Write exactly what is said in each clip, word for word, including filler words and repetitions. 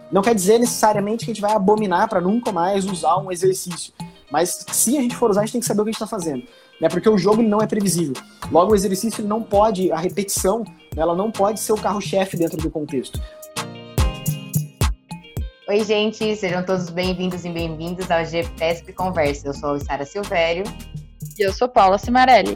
Não quer dizer necessariamente que a gente vai abominar para nunca mais usar um exercício. Mas se a gente for usar, a gente tem que saber o que a gente está fazendo. Né? Porque o jogo ele não é previsível. Logo, o exercício ele não pode, a repetição, ela não pode ser o carro-chefe dentro do contexto. Oi, gente, sejam todos bem-vindos e bem-vindos ao G P E S P Conversa. Eu sou a Sara Silvério. E eu sou Paula Cimarelli.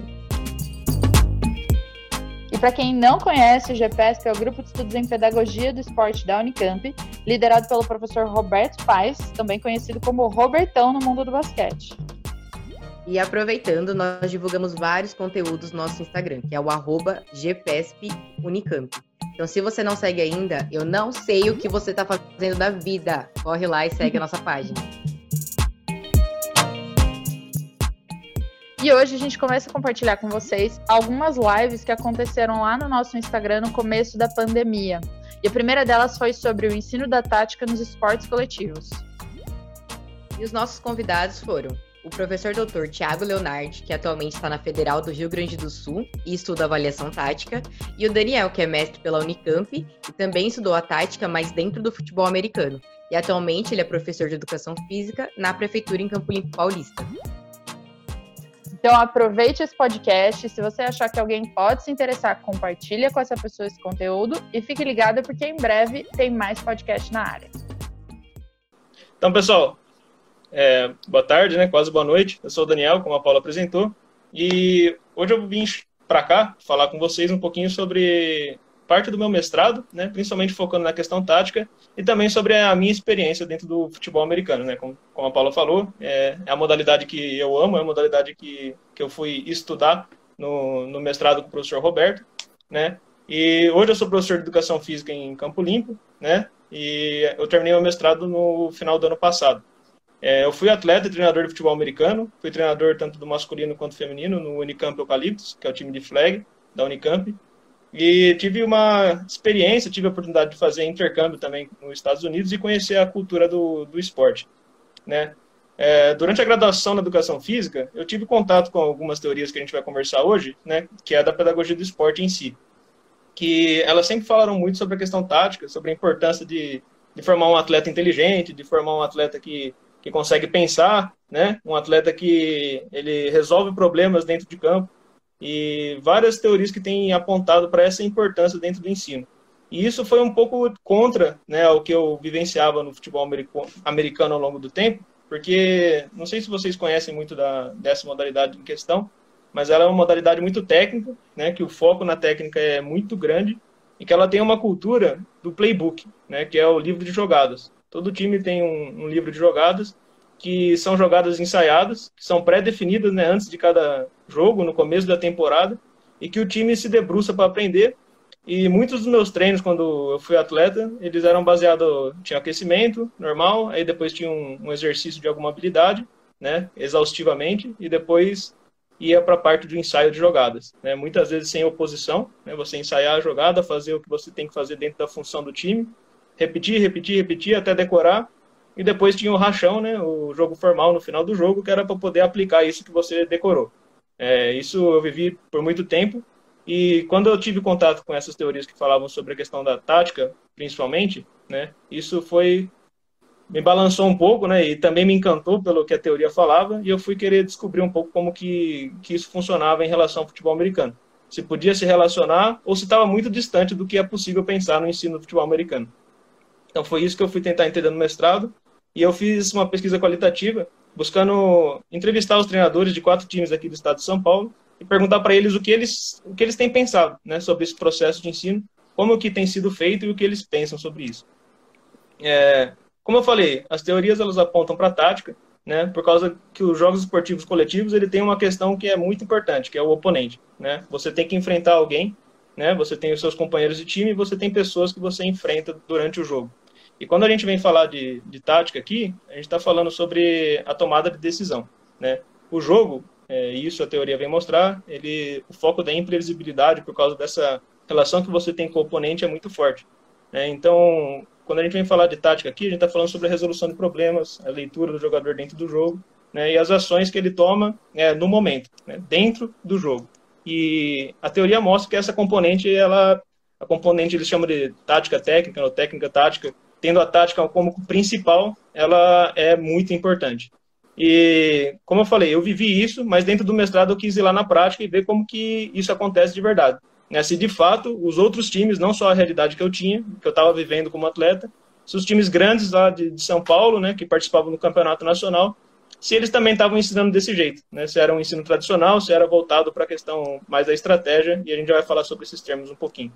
E para quem não conhece, o G P E S P é o Grupo de Estudos em Pedagogia do Esporte da Unicamp, liderado pelo professor Roberto Paes, também conhecido como Robertão no mundo do basquete. E aproveitando, nós divulgamos vários conteúdos no nosso Instagram, que é o arroba G P E S P Unicamp. Então, se você não segue ainda, eu não sei o que você está fazendo da vida. Corre lá e segue a nossa página. E hoje a gente começa a compartilhar com vocês algumas lives que aconteceram lá no nosso Instagram no começo da pandemia. E a primeira delas foi sobre o ensino da tática nos esportes coletivos. E os nossos convidados foram o professor doutor Thiago Leonardi, que atualmente está na Federal do Rio Grande do Sul e estuda avaliação tática, e o Daniel, que é mestre pela Unicamp e também estudou a tática, mas dentro do futebol americano. E atualmente ele é professor de educação física na Prefeitura em Campo Limpo Paulista. Então aproveite esse podcast, se você achar que alguém pode se interessar, compartilha com essa pessoa esse conteúdo e fique ligado porque em breve tem mais podcast na área. Então, pessoal, é, boa tarde, né? Quase boa noite. Eu sou o Daniel, como a Paula apresentou, e hoje eu vim para cá falar com vocês um pouquinho sobre parte do meu mestrado, né? Principalmente focando na questão tática e também sobre a minha experiência dentro do futebol americano, né? Como, como a Paula falou, é, é a modalidade que eu amo, é a modalidade que, que eu fui estudar no, no mestrado com o professor Roberto, né? E hoje eu sou professor de educação física em Campo Limpo, né? E eu terminei meu mestrado no final do ano passado. É, eu fui atleta e treinador de futebol americano, fui treinador tanto do masculino quanto feminino no Unicamp Eucaliptus, que é o time de flag da Unicamp. E tive uma experiência, tive a oportunidade de fazer intercâmbio também nos Estados Unidos e conhecer a cultura do, do esporte, né? É, durante a graduação na educação física, eu tive contato com algumas teorias que a gente vai conversar hoje, né? Que é da pedagogia do esporte em si. Que elas sempre falaram muito sobre a questão tática, sobre a importância de, de formar um atleta inteligente, de formar um atleta que, que consegue pensar, né? Um atleta que ele resolve problemas dentro de campo. E várias teorias que têm apontado para essa importância dentro do ensino. E isso foi um pouco contra, né, o que eu vivenciava no futebol americano ao longo do tempo, porque não sei se vocês conhecem muito da, dessa modalidade em questão, mas ela é uma modalidade muito técnica, né, que o foco na técnica é muito grande e que ela tem uma cultura do playbook, né, que é o livro de jogadas. Todo time tem um, um livro de jogadas, que são jogadas ensaiadas, que são pré-definidas, né, antes de cada jogo, no começo da temporada, e que o time se debruça para aprender. E muitos dos meus treinos, quando eu fui atleta, eles eram baseados, tinha aquecimento normal, aí depois tinha um, um exercício de alguma habilidade, né, exaustivamente, e depois ia para a parte do ensaio de jogadas, né, muitas vezes sem oposição, né, você ensaiar a jogada, fazer o que você tem que fazer dentro da função do time, repetir, repetir, repetir, até decorar. E depois tinha o rachão, né, o jogo formal no final do jogo, que era para poder aplicar isso que você decorou. É, isso eu vivi por muito tempo, e quando eu tive contato com essas teorias que falavam sobre a questão da tática, principalmente, né, isso foi, me balançou um pouco, né, e também me encantou pelo que a teoria falava, e eu fui querer descobrir um pouco como que, que isso funcionava em relação ao futebol americano. Se podia se relacionar, ou se estava muito distante do que é possível pensar no ensino do futebol americano. Então foi isso que eu fui tentar entender no mestrado, e eu fiz uma pesquisa qualitativa, buscando entrevistar os treinadores de quatro times aqui do estado de São Paulo e perguntar para eles o que eles, o que eles têm pensado, né, sobre esse processo de ensino, como que tem sido feito e o que eles pensam sobre isso. É, como eu falei, as teorias elas apontam para a tática, né, por causa que os jogos esportivos coletivos ele tem uma questão que é muito importante, que é o oponente. Né? Você tem que enfrentar alguém, né, você tem os seus companheiros de time e você tem pessoas que você enfrenta durante o jogo. E quando a gente vem falar de, de tática aqui, a gente está falando sobre a tomada de decisão, né? O jogo, é, isso a teoria vem mostrar, ele, o foco da imprevisibilidade por causa dessa relação que você tem com o oponente é muito forte. Né? Então, quando a gente vem falar de tática aqui, a gente está falando sobre a resolução de problemas, a leitura do jogador dentro do jogo, né? E as ações que ele toma é, no momento, né? Dentro do jogo. E a teoria mostra que essa componente, ela, a componente eles chamam de tática técnica, ou técnica tática, tendo a tática como principal, ela é muito importante. E, como eu falei, eu vivi isso, mas dentro do mestrado eu quis ir lá na prática e ver como que isso acontece de verdade. Né? Se, de fato, os outros times, não só a realidade que eu tinha, que eu estava vivendo como atleta, se os times grandes lá de, de São Paulo, né, que participavam do campeonato nacional, se eles também estavam ensinando desse jeito, né? Se era um ensino tradicional, se era voltado para a questão mais da estratégia, e a gente já vai falar sobre esses termos um pouquinho.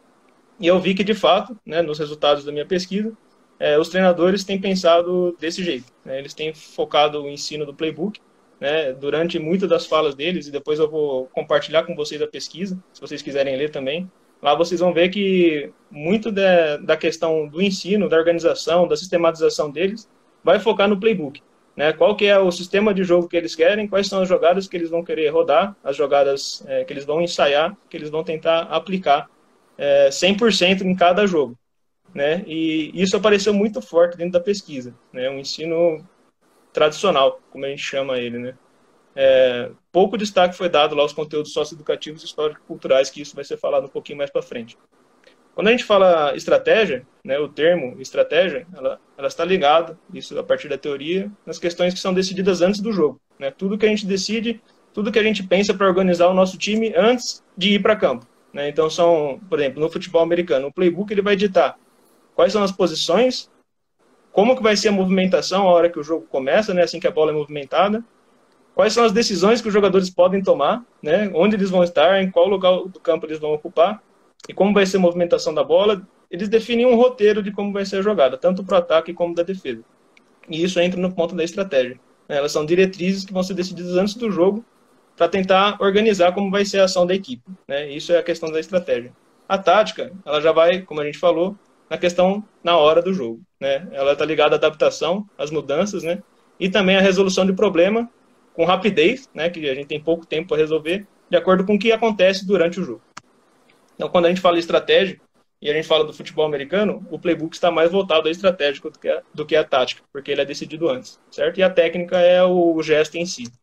E eu vi que, de fato, né, nos resultados da minha pesquisa, É, os treinadores têm pensado desse jeito, né? Eles têm focado o ensino do playbook, né, durante muitas das falas deles, e depois eu vou compartilhar com vocês a pesquisa, se vocês quiserem ler também. Lá vocês vão ver que muito da, da questão do ensino, da organização, da sistematização deles, vai focar no playbook. Né? Qual que é o sistema de jogo que eles querem, quais são as jogadas que eles vão querer rodar, as jogadas é, que eles vão ensaiar, que eles vão tentar aplicar é, cem por cento em cada jogo. Né? E isso apareceu muito forte dentro da pesquisa, né? Um ensino tradicional, como a gente chama ele, né? É, pouco destaque foi dado lá aos conteúdos socioeducativos, histórico-culturais, que isso vai ser falado um pouquinho mais para frente. Quando a gente fala estratégia, né, o termo estratégia, ela, ela está ligada, isso a partir da teoria, nas questões que são decididas antes do jogo, né? Tudo que a gente decide, tudo que a gente pensa para organizar o nosso time antes de ir para campo, né? Então são, por exemplo, no futebol americano, o playbook ele vai ditar quais são as posições, como que vai ser a movimentação a hora que o jogo começa, né, assim que a bola é movimentada, quais são as decisões que os jogadores podem tomar, né, onde eles vão estar, em qual lugar do campo eles vão ocupar, e como vai ser a movimentação da bola. Eles definem um roteiro de como vai ser a jogada, tanto para o ataque como da defesa. E isso entra no ponto da estratégia. Elas são diretrizes que vão ser decididas antes do jogo para tentar organizar como vai ser a ação da equipe. Né, isso é a questão da estratégia. A tática, ela já vai, como a gente falou, na questão na hora do jogo, né? Ela está ligada à adaptação, às mudanças, né? E também à resolução de problema com rapidez, né? Que a gente tem pouco tempo para resolver, de acordo com o que acontece durante o jogo. Então, quando a gente fala estratégia e a gente fala do futebol americano, o playbook está mais voltado à estratégia do que a, do que à tática, porque ele é decidido antes, certo? E a técnica é o gesto em si.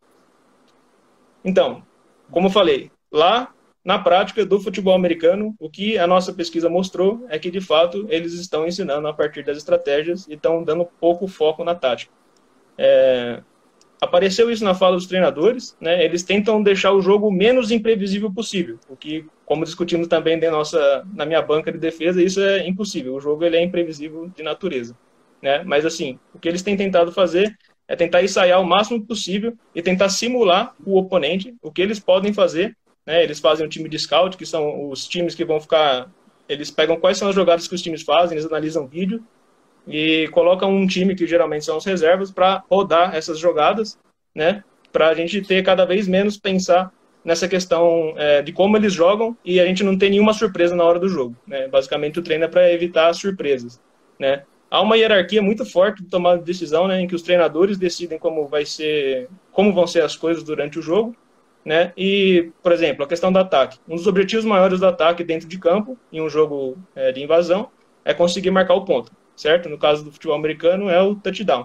Então, como eu falei, lá na prática do futebol americano, o que a nossa pesquisa mostrou é que, de fato, eles estão ensinando a partir das estratégias e estão dando pouco foco na tática. É... Apareceu isso na fala dos treinadores, né? Eles tentam deixar o jogo o menos imprevisível possível, o que, como discutimos também de nossa, na minha banca de defesa, isso é impossível. O jogo ele é imprevisível de natureza. Né? Mas, assim, o que eles têm tentado fazer é tentar ensaiar o máximo possível e tentar simular o oponente, o que eles podem fazer. Né, eles fazem um time de scout, que são os times que vão ficar... Eles pegam quais são as jogadas que os times fazem, eles analisam vídeo e colocam um time, que geralmente são os reservas, para rodar essas jogadas, né, para a gente ter cada vez menos pensar nessa questão é, de como eles jogam e a gente não ter nenhuma surpresa na hora do jogo. Né? Basicamente, o treino é para evitar as surpresas. Né? Há uma hierarquia muito forte de tomada de decisão, né, em que os treinadores decidem como, vai ser, como vão ser as coisas durante o jogo. Né? E, por exemplo, a questão do ataque. Um dos objetivos maiores do ataque dentro de campo, em um jogo é, de invasão, é conseguir marcar o ponto, certo? No caso do futebol americano, é o touchdown.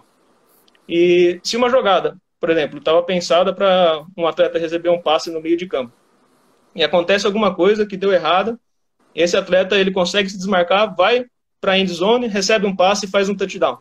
E se uma jogada, por exemplo, estava pensada para um atleta receber um passe no meio de campo, e acontece alguma coisa que deu errada, esse atleta ele consegue se desmarcar, vai para a end zone, recebe um passe e faz um touchdown.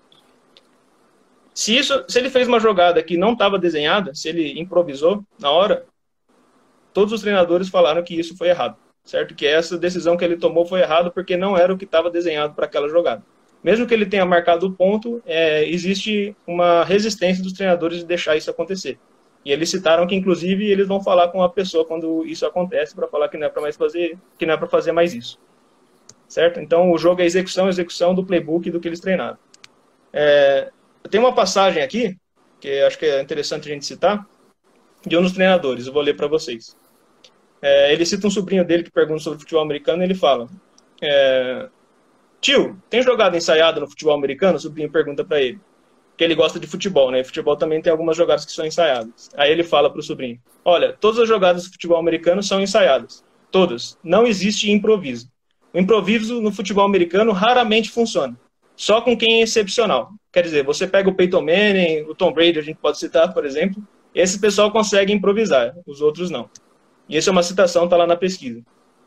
Se, isso, se ele fez uma jogada que não estava desenhada, se ele improvisou na hora, todos os treinadores falaram que isso foi errado, certo? Que essa decisão que ele tomou foi errada porque não era o que estava desenhado para aquela jogada. Mesmo que ele tenha marcado o ponto, é, existe uma resistência dos treinadores de deixar isso acontecer. E eles citaram que, inclusive, eles vão falar com a pessoa quando isso acontece para falar que não é para mais fazer, que não é para fazer mais isso, certo? Então, o jogo é execução, execução do playbook do que eles treinaram. É, tem uma passagem aqui que acho que é interessante a gente citar de um dos treinadores. Eu vou ler para vocês. É, ele cita um sobrinho dele que pergunta sobre futebol americano e ele fala: é, tio, tem jogada ensaiada no futebol americano? O sobrinho pergunta para ele, que ele gosta de futebol, né? Futebol também tem algumas jogadas que são ensaiadas. Aí ele fala para o sobrinho: olha, todas as jogadas do futebol americano são ensaiadas. Todas. Não existe improviso. O improviso no futebol americano raramente funciona. Só com quem é excepcional. Quer dizer, você pega o Peyton Manning, o Tom Brady, a gente pode citar, por exemplo, esse pessoal consegue improvisar, os outros não. E essa é uma citação, está lá na pesquisa.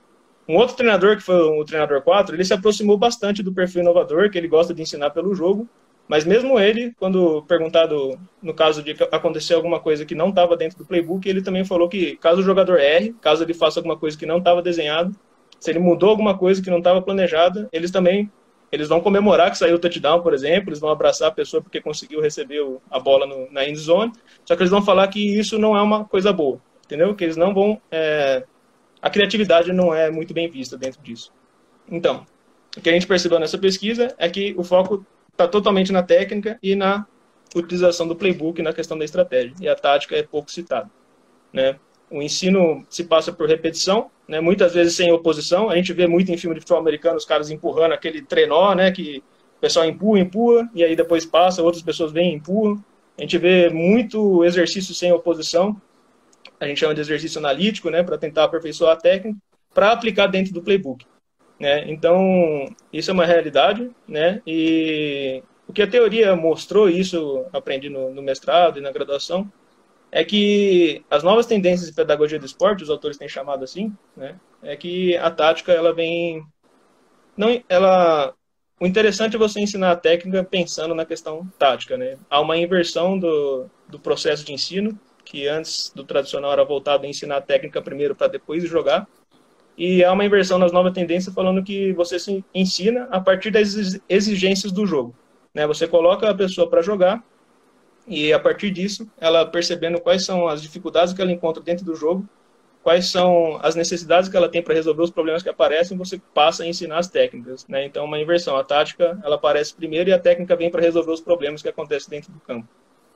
Um outro treinador, que foi o treinador quatro, ele se aproximou bastante do perfil inovador, que ele gosta de ensinar pelo jogo, mas mesmo ele, quando perguntado, no caso de acontecer alguma coisa que não estava dentro do playbook, ele também falou que caso o jogador erre, caso ele faça alguma coisa que não estava desenhado, se ele mudou alguma coisa que não estava planejada, eles também eles vão comemorar que saiu o touchdown, por exemplo, eles vão abraçar a pessoa porque conseguiu receber a bola no, na end zone, só que eles vão falar que isso não é uma coisa boa, entendeu? Que eles não vão... É, a criatividade não é muito bem vista dentro disso. Então, o que a gente percebeu nessa pesquisa é que o foco está totalmente na técnica e na utilização do playbook, na questão da estratégia. E a tática é pouco citada, né? O ensino se passa por repetição, né? Muitas vezes sem oposição. A gente vê muito em filme de futebol americano os caras empurrando aquele trenó, né? Que o pessoal empurra, empurra, e aí depois passa, outras pessoas vêm e empurram. A gente vê muito exercício sem oposição. A gente chama de exercício analítico, né? Para tentar aperfeiçoar a técnica, para aplicar dentro do playbook. Né? Então, isso é uma realidade, né? E o que a teoria mostrou, isso aprendi no, no mestrado e na graduação, é que as novas tendências de pedagogia do esporte, os autores têm chamado assim, né? É que a tática, ela vem... Não, ela, o interessante é você ensinar a técnica pensando na questão tática, né? Há uma inversão do, do processo de ensino, que antes do tradicional era voltado a ensinar a técnica primeiro para depois jogar. E há uma inversão nas novas tendências falando que você se ensina a partir das exigências do jogo, né? Você coloca a pessoa para jogar e, a partir disso, ela percebendo quais são as dificuldades que ela encontra dentro do jogo, quais são as necessidades que ela tem para resolver os problemas que aparecem, você passa a ensinar as técnicas, né? Então, uma inversão. A tática, ela aparece primeiro e a técnica vem para resolver os problemas que acontecem dentro do campo.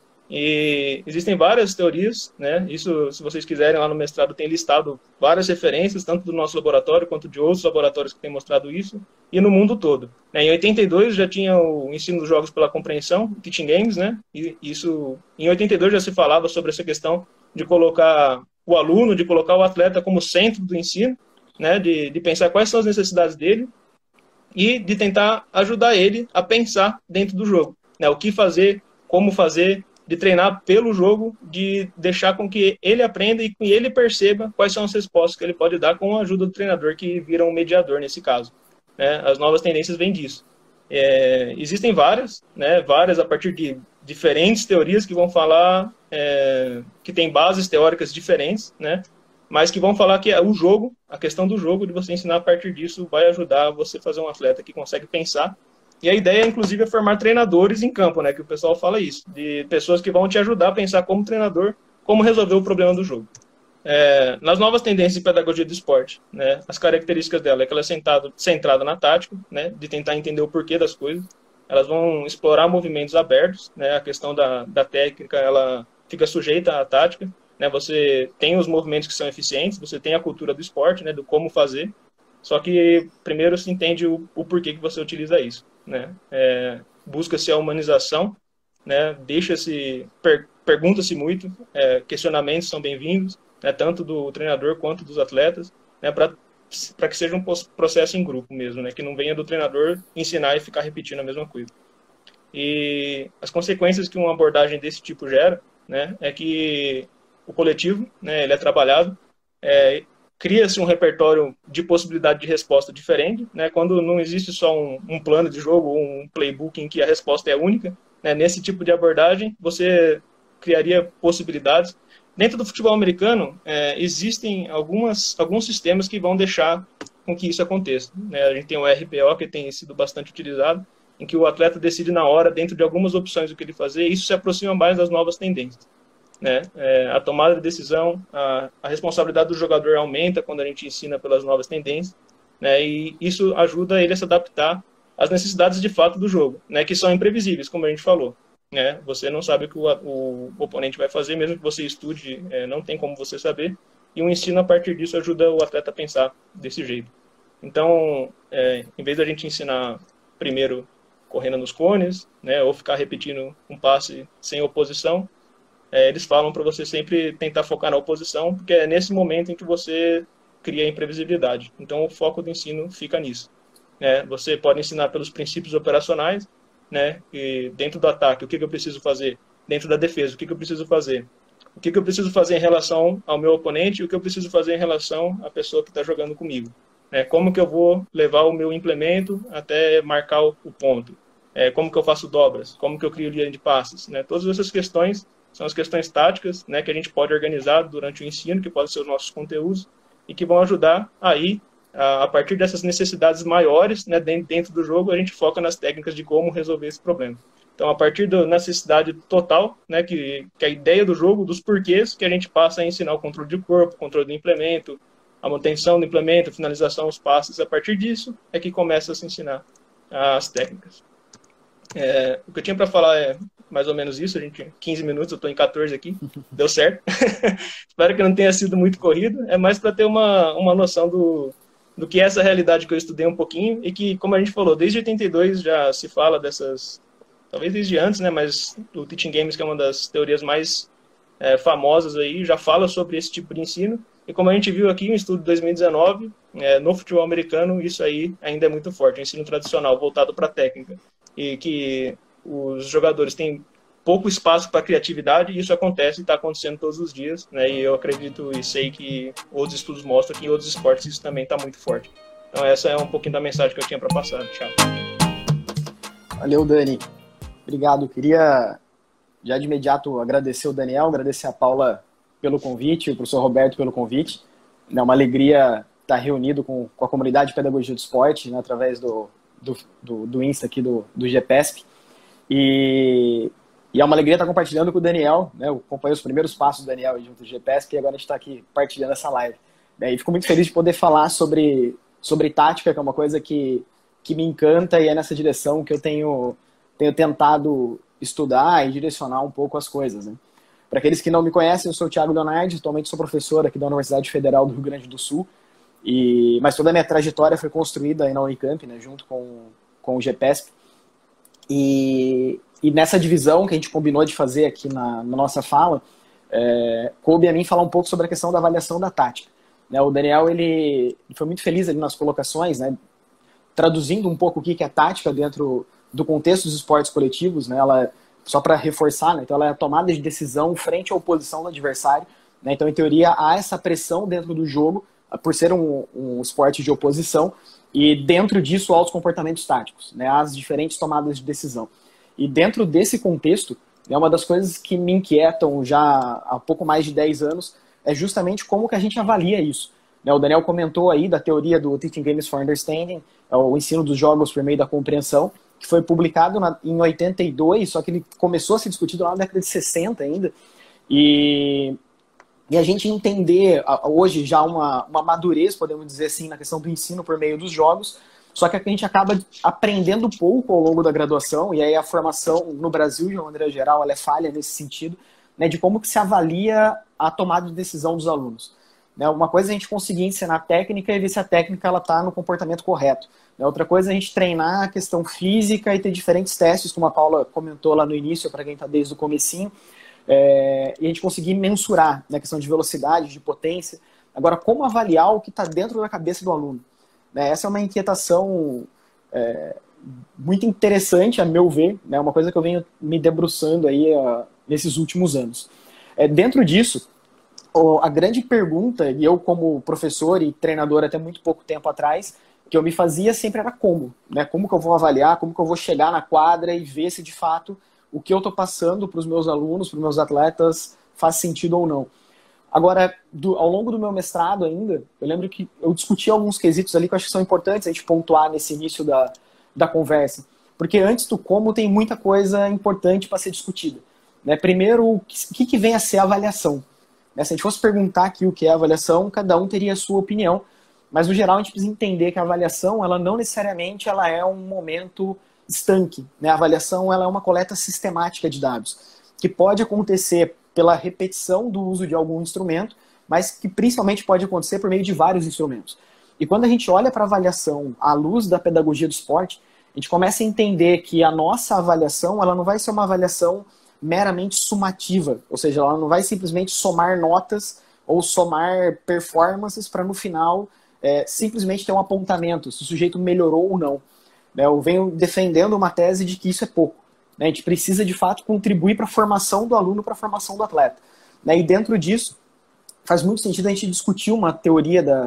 E existem várias teorias, né? Isso, se vocês quiserem, lá no mestrado tem listado várias referências, tanto do nosso laboratório quanto de outros laboratórios que têm mostrado isso, e no mundo todo. Em oitenta e dois já tinha o ensino dos jogos pela compreensão, Teaching Games, né? E isso, em oitenta e dois já se falava sobre essa questão de colocar o aluno, de colocar o atleta como centro do ensino, né? De, de pensar quais são as necessidades dele e de tentar ajudar ele a pensar dentro do jogo, né? O que fazer, como fazer, de treinar pelo jogo, de deixar com que ele aprenda e que ele perceba quais são as respostas que ele pode dar com a ajuda do treinador, que vira um mediador nesse caso. Né? As novas tendências vêm disso. É, existem várias, né? Várias a partir de diferentes teorias que vão falar, é, que tem bases teóricas diferentes, né? Mas que vão falar que o jogo, a questão do jogo, de você ensinar a partir disso, vai ajudar você a fazer um atleta que consegue pensar. E a ideia, inclusive, é formar treinadores em campo, né? Que o pessoal fala isso, de pessoas que vão te ajudar a pensar como treinador, como resolver o problema do jogo. É, nas novas tendências de pedagogia do esporte, né? As características dela é que ela é sentado, centrada na tática, né? De tentar entender o porquê das coisas. Elas vão explorar movimentos abertos, né? A questão da, da técnica, ela fica sujeita à tática, né? Você tem os movimentos que são eficientes, você tem a cultura do esporte, né? Do como fazer. Só que primeiro se entende o, o porquê que você utiliza isso, né? É, busca-se a humanização, né? Deixa-se, per, pergunta-se muito, é, questionamentos são bem-vindos, né? Tanto do treinador quanto dos atletas, né? Para para que seja um processo em grupo mesmo, né? Que não venha do treinador ensinar e ficar repetindo a mesma coisa. E as consequências que uma abordagem desse tipo gera, né? É que o coletivo, né? Ele é trabalhado, é, cria-se um repertório de possibilidade de resposta diferente, né? Quando não existe só um, um plano de jogo ou um playbook em que a resposta é única, né? Nesse tipo de abordagem, você criaria possibilidades. Dentro do futebol americano, é, existem algumas, alguns sistemas que vão deixar com que isso aconteça, né? A gente tem o R P O, que tem sido bastante utilizado, em que o atleta decide na hora, dentro de algumas opções, o que ele fazer, e isso se aproxima mais das novas tendências. Né? É, a tomada de decisão, a, a responsabilidade do jogador aumenta quando a gente ensina pelas novas tendências, né? E isso ajuda ele a se adaptar às necessidades de fato do jogo, né? Que são imprevisíveis, como a gente falou, né? Você não sabe o que o, o oponente vai fazer, mesmo que você estude, é, não tem como você saber, e o ensino a partir disso ajuda o atleta a pensar desse jeito. Então, é, em vez da gente ensinar primeiro correndo nos cones, né? Ou ficar repetindo um passe sem oposição, É, eles falam para você sempre tentar focar na oposição, porque é nesse momento em que você cria a imprevisibilidade. Então, o foco do ensino fica nisso. Né? Você pode ensinar pelos princípios operacionais, né? E dentro do ataque, o que, que eu preciso fazer? Dentro da defesa, o que, que eu preciso fazer? O que, que eu preciso fazer em relação ao meu oponente e o que eu preciso fazer em relação à pessoa que está jogando comigo? né? Como que eu vou levar o meu implemento até marcar o, o ponto? É, como que eu faço dobras? Como que eu crio linha de passes? Né? Todas essas questões são as questões táticas, né, que a gente pode organizar durante o ensino, que podem ser os nossos conteúdos, e que vão ajudar aí, a, a partir dessas necessidades maiores, né, dentro do jogo, a gente foca nas técnicas de como resolver esse problema. Então, a partir da necessidade total, né, que, que a ideia do jogo, dos porquês, que a gente passa a ensinar o controle de corpo, o controle do implemento, a manutenção do implemento, a finalização, os passes. A partir disso é que começa a se ensinar as técnicas. É, o que eu tinha para falar é mais ou menos isso. A gente tinha quinze minutos, eu estou em quatorze aqui, deu certo. Espero que não tenha sido muito corrido. É mais para ter uma, uma noção do, do que é essa realidade que eu estudei um pouquinho e que, como a gente falou, desde oitenta e dois já se fala dessas, talvez desde antes, né, mas o Teaching Games, que é uma das teorias mais é, famosas aí, já fala sobre esse tipo de ensino. E como a gente viu aqui, um estudo de dois mil e dezenove, é, no futebol americano, isso aí ainda é muito forte, o ensino tradicional, voltado para a técnica. E que os jogadores têm pouco espaço para criatividade, e isso acontece e está acontecendo todos os dias, né? E eu acredito e sei que outros estudos mostram que em outros esportes isso também está muito forte. Então essa é um pouquinho da mensagem que eu tinha para passar. Tchau. Valeu, Dani. Obrigado. Queria já de imediato agradecer o Daniel, agradecer a Paula pelo convite, o professor Roberto pelo convite. É uma alegria estar reunido com, com a comunidade de pedagogia do esporte, né, através do Do, do, do Insta aqui do, do G P E S P, e, e é uma alegria estar compartilhando com o Daniel, né? Eu acompanhei os primeiros passos do Daniel junto do G P E S P e agora a gente está aqui partilhando essa live. E fico muito feliz de poder falar sobre, sobre tática, que é uma coisa que, que me encanta e é nessa direção que eu tenho, tenho tentado estudar e direcionar um pouco as coisas, né? Para aqueles que não me conhecem, eu sou o Thiago Leonardi, atualmente sou professor aqui da Universidade Federal do Rio Grande do Sul. E, mas toda a minha trajetória foi construída aí na Unicamp, né, junto com, com o G P E S P. E, e nessa divisão que a gente combinou de fazer aqui na, na nossa fala, é, coube a mim falar um pouco sobre a questão da avaliação da tática. Né, o Daniel ele foi muito feliz ali nas colocações, né, traduzindo um pouco o que é tática dentro do contexto dos esportes coletivos. Né, ela, só para reforçar, né, então ela é a tomada de decisão frente à oposição do adversário. Né, então, em teoria, há essa pressão dentro do jogo, por ser um, um esporte de oposição, e dentro disso há os comportamentos táticos, né, as diferentes tomadas de decisão. E dentro desse contexto, né, uma das coisas que me inquietam já há pouco mais de dez anos é justamente como que a gente avalia isso. Né, o Daniel comentou aí da teoria do Teaching Games for Understanding, é o ensino dos jogos por meio da compreensão, que foi publicado na, em oitenta e dois, só que ele começou a ser discutido lá na década de sessenta ainda, e... E a gente entender hoje já uma, uma madurez, podemos dizer assim, na questão do ensino por meio dos jogos, só que a gente acaba aprendendo pouco ao longo da graduação, e aí a formação no Brasil, de uma maneira geral, ela é falha nesse sentido, né, de como que se avalia a tomada de decisão dos alunos. Né, uma coisa é a gente conseguir ensinar a técnica e ver se a técnica está no comportamento correto. Né, outra coisa é a gente treinar a questão física e ter diferentes testes, como a Paula comentou lá no início, para quem está desde o comecinho, É, e a gente conseguir mensurar, né, questão de velocidade, de potência. Agora, como avaliar o que está dentro da cabeça do aluno? Né, essa é uma inquietação é, muito interessante, a meu ver, né, uma coisa que eu venho me debruçando aí, uh, nesses últimos anos. É, dentro disso, oh, a grande pergunta, e eu como professor e treinador até muito pouco tempo atrás, que eu me fazia sempre era como. Né, como que eu vou avaliar, como que eu vou chegar na quadra e ver se de fato o que eu estou passando para os meus alunos, para os meus atletas, faz sentido ou não. Agora, do, ao longo do meu mestrado ainda, eu lembro que eu discuti alguns quesitos ali que eu acho que são importantes a gente pontuar nesse início da, da conversa. Porque antes do como tem muita coisa importante para ser discutida. Né? Primeiro, o que, que vem a ser a avaliação? Né? Se a gente fosse perguntar aqui o que é a avaliação, cada um teria a sua opinião. Mas, no geral, a gente precisa entender que a avaliação, ela não necessariamente ela é um momento estanque. Né? A avaliação ela é uma coleta sistemática de dados, que pode acontecer pela repetição do uso de algum instrumento, mas que principalmente pode acontecer por meio de vários instrumentos. E quando a gente olha para a avaliação à luz da pedagogia do esporte, a gente começa a entender que a nossa avaliação ela não vai ser uma avaliação meramente sumativa, ou seja, ela não vai simplesmente somar notas ou somar performances para no final é, simplesmente ter um apontamento, se o sujeito melhorou ou não. Eu venho defendendo uma tese de que isso é pouco. A gente precisa, de fato, contribuir para a formação do aluno, para a formação do atleta. E dentro disso, faz muito sentido a gente discutir uma teoria da,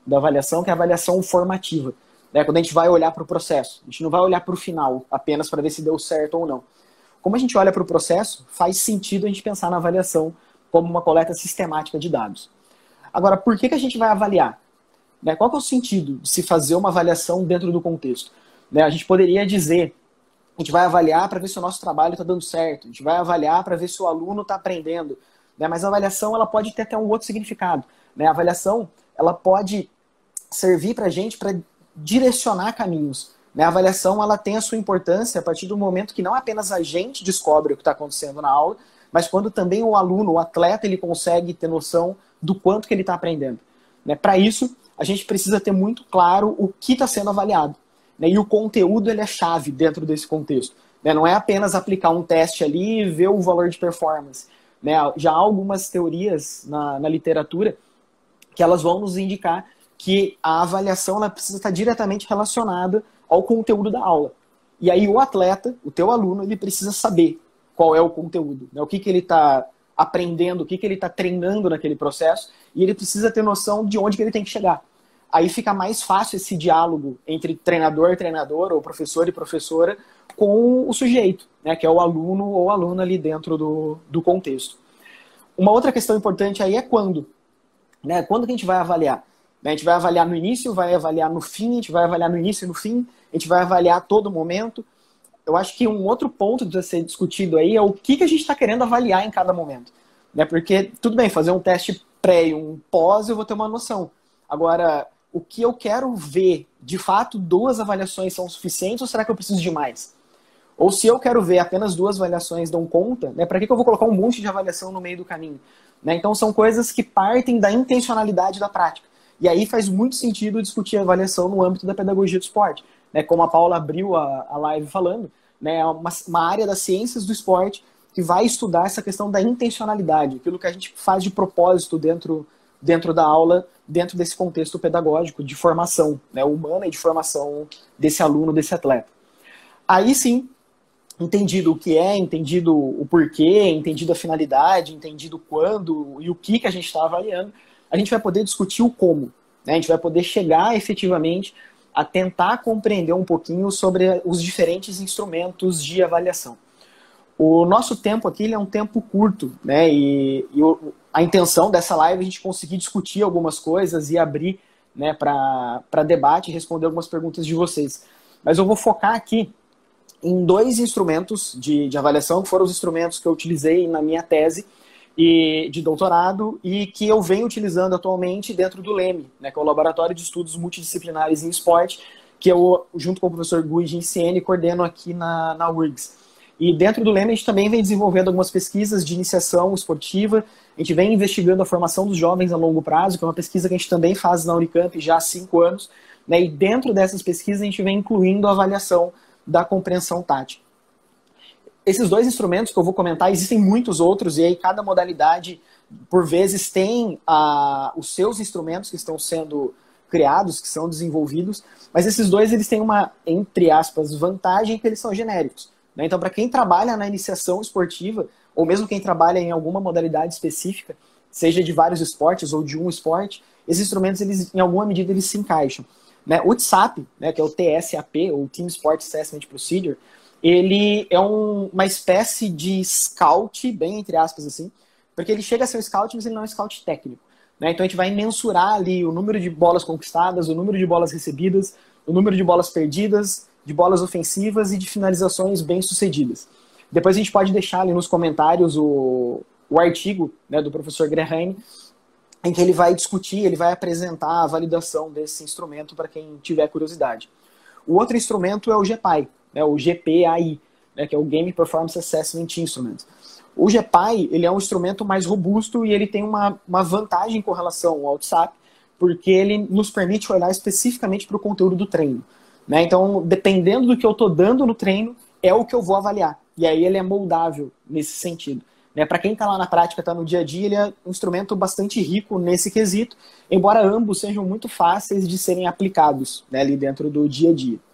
da avaliação, que é a avaliação formativa. Né? Quando a gente vai olhar para o processo. A gente não vai olhar para o final, apenas para ver se deu certo ou não. Como a gente olha para o processo, faz sentido a gente pensar na avaliação como uma coleta sistemática de dados. Agora, por que, que a gente vai avaliar? Né? Qual que é o sentido de se fazer uma avaliação dentro do contexto? Né? A gente poderia dizer, a gente vai avaliar para ver se o nosso trabalho está dando certo, a gente vai avaliar para ver se o aluno está aprendendo, né? Mas a avaliação ela pode ter até um outro significado. Né? A avaliação ela pode servir para a gente para direcionar caminhos. Né? A avaliação ela tem a sua importância a partir do momento que não apenas a gente descobre o que está acontecendo na aula, mas quando também o aluno, o atleta, ele consegue ter noção do quanto que ele está aprendendo. Né? Para isso, a gente precisa ter muito claro o que está sendo avaliado. Né? E o conteúdo ele é chave dentro desse contexto. Né? Não é apenas aplicar um teste ali e ver o valor de performance. Né? Já há algumas teorias na, na literatura que elas vão nos indicar que a avaliação ela precisa estar diretamente relacionada ao conteúdo da aula. E aí o atleta, o teu aluno, ele precisa saber qual é o conteúdo, né? O que, que ele está aprendendo, o que, que ele está treinando naquele processo, e ele precisa ter noção de onde que ele tem que chegar. Aí fica mais fácil esse diálogo entre treinador e treinador, ou professor e professora, com o sujeito, né? Que é o aluno ou aluna ali dentro do, do contexto. Uma outra questão importante aí é quando. Né? Quando que a gente vai avaliar? A gente vai avaliar no início, vai avaliar no fim, a gente vai avaliar no início e no fim, a gente vai avaliar a todo momento. Eu acho que um outro ponto de ser discutido aí é o que, que a gente está querendo avaliar em cada momento. Né? Porque, tudo bem, fazer um teste pré e um pós, eu vou ter uma noção. Agora, o que eu quero ver, de fato, duas avaliações são suficientes ou será que eu preciso de mais? Ou se eu quero ver apenas duas avaliações dão conta, né, para que, que eu vou colocar um monte de avaliação no meio do caminho? Né? Então, são coisas que partem da intencionalidade da prática. E aí faz muito sentido discutir a avaliação no âmbito da pedagogia do esporte. Né, como a Paula abriu a, a live falando, né, é uma, uma área das ciências do esporte que vai estudar essa questão da intencionalidade, aquilo que a gente faz de propósito dentro, dentro da aula, dentro desse contexto pedagógico de formação, né, humana e de formação desse aluno, desse atleta. Aí sim, entendido o que é, entendido o porquê, entendido a finalidade, entendido quando e o que, que a gente está avaliando, a gente vai poder discutir o como. Né, a gente vai poder chegar efetivamente a tentar compreender um pouquinho sobre os diferentes instrumentos de avaliação. O nosso tempo aqui ele é um tempo curto, né? E, e o, a intenção dessa live é a gente conseguir discutir algumas coisas e abrir, né, para debate e responder algumas perguntas de vocês. Mas eu vou focar aqui em dois instrumentos de, de avaliação, que foram os instrumentos que eu utilizei na minha tese e de doutorado e que eu venho utilizando atualmente dentro do LEME, né, que é o Laboratório de Estudos Multidisciplinares em Esporte, que eu, junto com o professor Gui Ginciene, coordeno aqui na, na U R G S. E dentro do LEME a gente também vem desenvolvendo algumas pesquisas de iniciação esportiva, a gente vem investigando a formação dos jovens a longo prazo, que é uma pesquisa que a gente também faz na Unicamp já há cinco anos, né, e dentro dessas pesquisas a gente vem incluindo a avaliação da compreensão tática. Esses dois instrumentos que eu vou comentar, existem muitos outros, e aí cada modalidade, por vezes, tem a, os seus instrumentos que estão sendo criados, que são desenvolvidos, mas esses dois eles têm uma, entre aspas, vantagem que eles são genéricos. Né? Então, para quem trabalha na iniciação esportiva, ou mesmo quem trabalha em alguma modalidade específica, seja de vários esportes ou de um esporte, esses instrumentos, eles, em alguma medida, eles se encaixam. Né? O T S A P, né, que é o T S A P, ou Team Sport Assessment Procedure, ele é um, uma espécie de scout, bem entre aspas assim, porque ele chega a ser um scout, mas ele não é um scout técnico. Né? Então a gente vai mensurar ali o número de bolas conquistadas, o número de bolas recebidas, o número de bolas perdidas, de bolas ofensivas e de finalizações bem-sucedidas. Depois a gente pode deixar ali nos comentários o, o artigo, né, do professor Graham, em que ele vai discutir, ele vai apresentar a validação desse instrumento para quem tiver curiosidade. O outro instrumento é o G P A I, né, o G P A I, né, que é o Game Performance Assessment Instrument. O G P A I ele é um instrumento mais robusto e ele tem uma, uma vantagem com relação ao T S A P, porque ele nos permite olhar especificamente para o conteúdo do treino. Né? Então, dependendo do que eu estou dando no treino, é o que eu vou avaliar. E aí ele é moldável nesse sentido. Né? Para quem está lá na prática, está no dia a dia, ele é um instrumento bastante rico nesse quesito, embora ambos sejam muito fáceis de serem aplicados, né, ali dentro do dia a dia.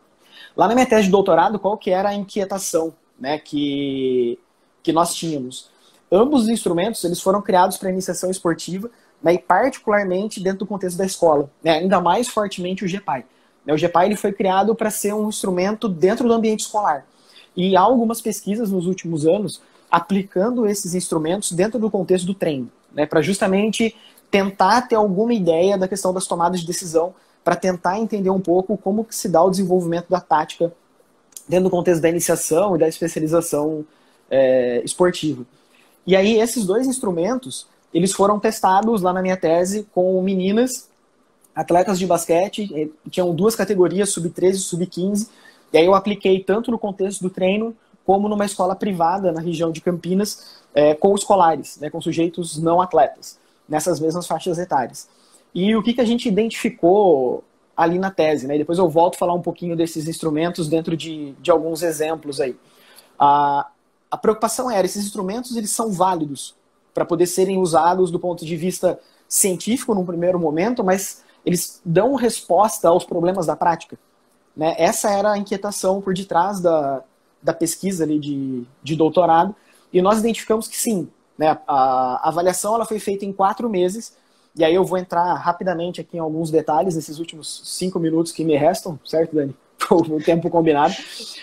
Lá na minha tese de doutorado, qual que era a inquietação, né, que, que nós tínhamos? Ambos os instrumentos eles foram criados para iniciação esportiva, né, e particularmente dentro do contexto da escola, né, ainda mais fortemente o GEPAI. O GEPAI ele foi criado para ser um instrumento dentro do ambiente escolar. E há algumas pesquisas nos últimos anos aplicando esses instrumentos dentro do contexto do treino, né, para justamente tentar ter alguma ideia da questão das tomadas de decisão, para tentar entender um pouco como que se dá o desenvolvimento da tática dentro do contexto da iniciação e da especialização é, esportiva. E aí esses dois instrumentos, eles foram testados lá na minha tese com meninas, atletas de basquete, tinham duas categorias, sub treze e sub quinze, e aí eu apliquei tanto no contexto do treino, como numa escola privada na região de Campinas, é, com escolares, né, com sujeitos não atletas, nessas mesmas faixas etárias. E o que, que a gente identificou ali na tese, né? E depois eu volto a falar um pouquinho desses instrumentos dentro de, de alguns exemplos aí. A, a preocupação era, esses instrumentos eles são válidos para poder serem usados do ponto de vista científico num primeiro momento, mas eles dão resposta aos problemas da prática, né? Essa era a inquietação por detrás da, da pesquisa ali de, de doutorado, e nós identificamos que sim, né? A, a avaliação ela foi feita em quatro meses, e aí eu vou entrar rapidamente aqui em alguns detalhes nesses últimos cinco minutos que me restam, certo, Dani? O tempo combinado.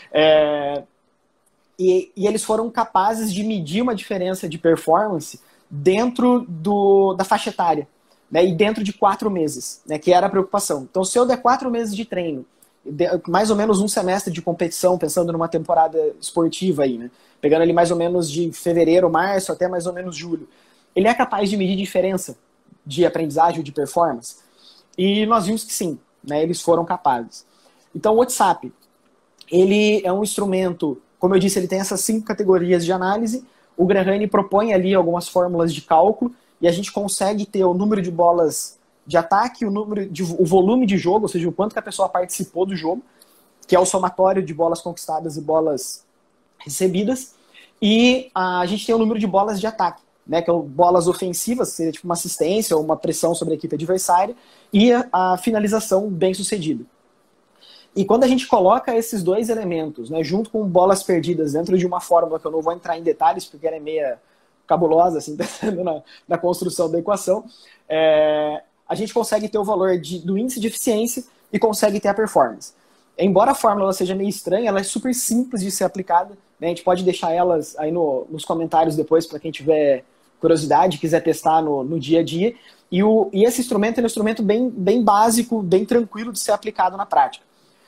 É, e, e eles foram capazes de medir uma diferença de performance dentro do, da faixa etária, né, e dentro de quatro meses, né, que era a preocupação. Então, se eu der quatro meses de treino, de, mais ou menos um semestre de competição, pensando numa temporada esportiva aí, né, pegando ali mais ou menos de fevereiro, março, até mais ou menos julho, ele é capaz de medir diferença de aprendizagem, de performance? E nós vimos que sim, né, eles foram capazes. Então, o WhatsApp, ele é um instrumento, como eu disse, ele tem essas cinco categorias de análise. O Graham propõe ali algumas fórmulas de cálculo, e a gente consegue ter o número de bolas de ataque, o, número de, o volume de jogo, ou seja, o quanto que a pessoa participou do jogo, que é o somatório de bolas conquistadas e bolas recebidas, e a gente tem o número de bolas de ataque, né, que são bolas ofensivas, seria tipo uma assistência ou uma pressão sobre a equipe adversária, e a, a finalização bem sucedida. E quando a gente coloca esses dois elementos, né, junto com bolas perdidas dentro de uma fórmula que eu não vou entrar em detalhes, porque ela é meia cabulosa assim, na, na construção da equação, é, a gente consegue ter o valor de, do índice de eficiência e consegue ter a performance. Embora a fórmula seja meio estranha, ela é super simples de ser aplicada, né, a gente pode deixar elas aí no, nos comentários depois para quem tiver curiosidade, quiser testar no, no dia a dia. E, o, e esse instrumento é um instrumento bem, bem básico, bem tranquilo de ser aplicado na prática.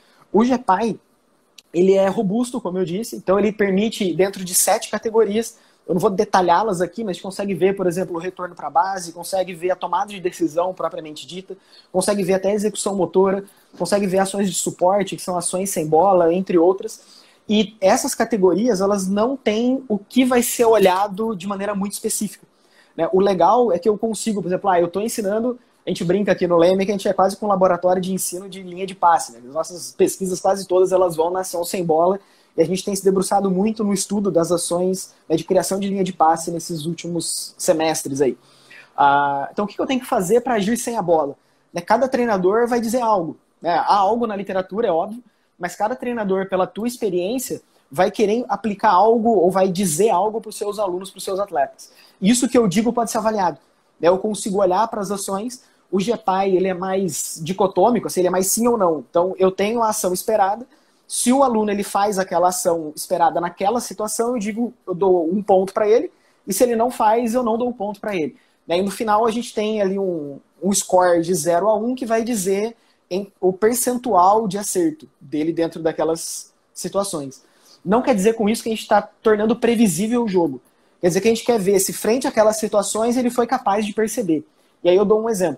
O GEPAI, ele é robusto, como eu disse, então ele permite, dentro de sete categorias, eu não vou detalhá-las aqui, mas a gente consegue ver, por exemplo, o retorno para a base, consegue ver a tomada de decisão propriamente dita, consegue ver até a execução motora, consegue ver ações de suporte, que são ações sem bola, entre outras. E essas categorias, elas não têm o que vai ser olhado de maneira muito específica, né? O legal é que eu consigo, por exemplo, ah, eu estou ensinando, a gente brinca aqui no Leme que a gente é quase com um laboratório de ensino de linha de passe, né? As nossas pesquisas quase todas elas vão na ação sem bola, e a gente tem se debruçado muito no estudo das ações, né, de criação de linha de passe nesses últimos semestres aí. Ah, então o que eu tenho que fazer para agir sem a bola? Né, cada treinador vai dizer algo, né? Há algo na literatura, é óbvio, mas cada treinador, pela tua experiência, vai querer aplicar algo ou vai dizer algo para os seus alunos, para os seus atletas. Isso que eu digo pode ser avaliado. Né? Eu consigo olhar para as ações. O GEPAI ele é mais dicotômico, assim, ele é mais sim ou não. Então, eu tenho a ação esperada. Se o aluno ele faz aquela ação esperada naquela situação, eu digo, eu dou um ponto para ele. E se ele não faz, eu não dou um ponto para ele. E no final, a gente tem ali um, um score de zero a um que vai dizer em, o percentual de acerto dele dentro daquelas situações. Não quer dizer com isso que a gente está tornando previsível o jogo. Quer dizer que a gente quer ver se frente àquelas situações ele foi capaz de perceber. E aí eu dou um exemplo.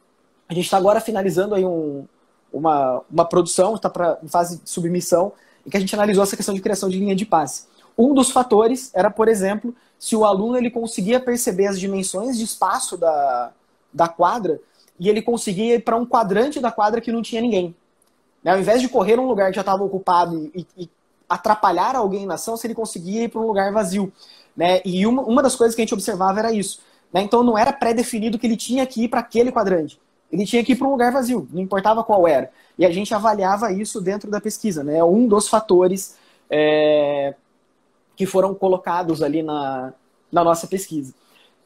A gente está agora finalizando aí um, uma, uma produção, está em fase de submissão, em que a gente analisou essa questão de criação de linha de passe. Um dos fatores era, por exemplo, se o aluno ele conseguia perceber as dimensões de espaço da, da quadra e ele conseguia ir para um quadrante da quadra que não tinha ninguém. Né? Ao invés de correr num lugar que já estava ocupado e, e atrapalhar alguém na ação, se ele conseguia ir para um lugar vazio. Né? E uma, uma das coisas que a gente observava era isso. Né? Então não era pré-definido que ele tinha que ir para aquele quadrante. Ele tinha que ir para um lugar vazio, não importava qual era. E a gente avaliava isso dentro da pesquisa. Né? Um dos fatores é, que foram colocados ali na, na nossa pesquisa.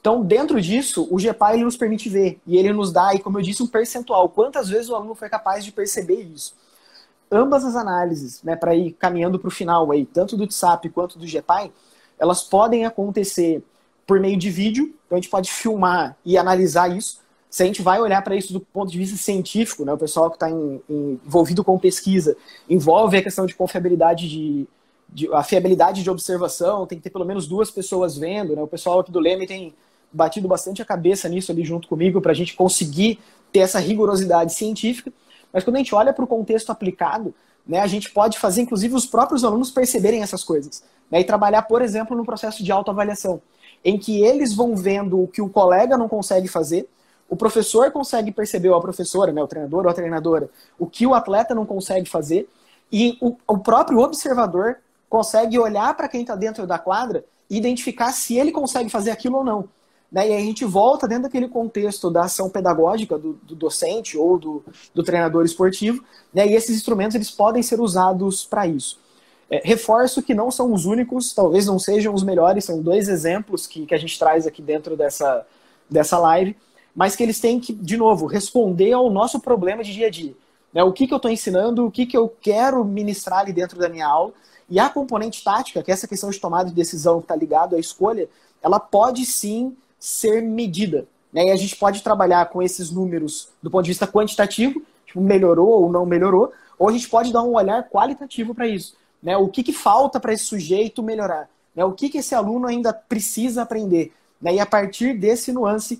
Então, dentro disso, o G P A ele nos permite ver, e ele nos dá, e como eu disse, um percentual. Quantas vezes o aluno foi capaz de perceber isso? Ambas as análises, né, para ir caminhando para o final, aí, tanto do T S A P quanto do G P A, elas podem acontecer por meio de vídeo, então a gente pode filmar e analisar isso. Se a gente vai olhar para isso do ponto de vista científico, né, o pessoal que está envolvido com pesquisa, envolve a questão de confiabilidade de, de, a fiabilidade de observação, tem que ter pelo menos duas pessoas vendo, né, o pessoal aqui do Leme tem batido bastante a cabeça nisso ali junto comigo para a gente conseguir ter essa rigorosidade científica. Mas quando a gente olha para o contexto aplicado, né, a gente pode fazer, inclusive, os próprios alunos perceberem essas coisas. Né, e trabalhar, por exemplo, no processo de autoavaliação, em que eles vão vendo o que o colega não consegue fazer, o professor consegue perceber, ou a professora, né, o treinador ou a treinadora, o que o atleta não consegue fazer, e o, o próprio observador consegue olhar para quem está dentro da quadra e identificar se ele consegue fazer aquilo ou não. Né? E aí a gente volta dentro daquele contexto da ação pedagógica do, do docente ou do, do treinador esportivo, né? E esses instrumentos eles podem ser usados para isso. É, reforço que não são os únicos, talvez não sejam os melhores, são dois exemplos que, que a gente traz aqui dentro dessa, dessa live, mas que eles têm que, de novo, responder ao nosso problema de dia a dia. Né? O que, que eu estou ensinando, o que, que eu quero ministrar ali dentro da minha aula, e a componente tática, que é essa questão de tomada de decisão que está ligado à escolha, ela pode sim ser medida. Né? E a gente pode trabalhar com esses números do ponto de vista quantitativo, tipo, melhorou ou não melhorou, ou a gente pode dar um olhar qualitativo para isso. Né? O que, que falta para esse sujeito melhorar? Né? O que, que esse aluno ainda precisa aprender? Né? E a partir desse nuance,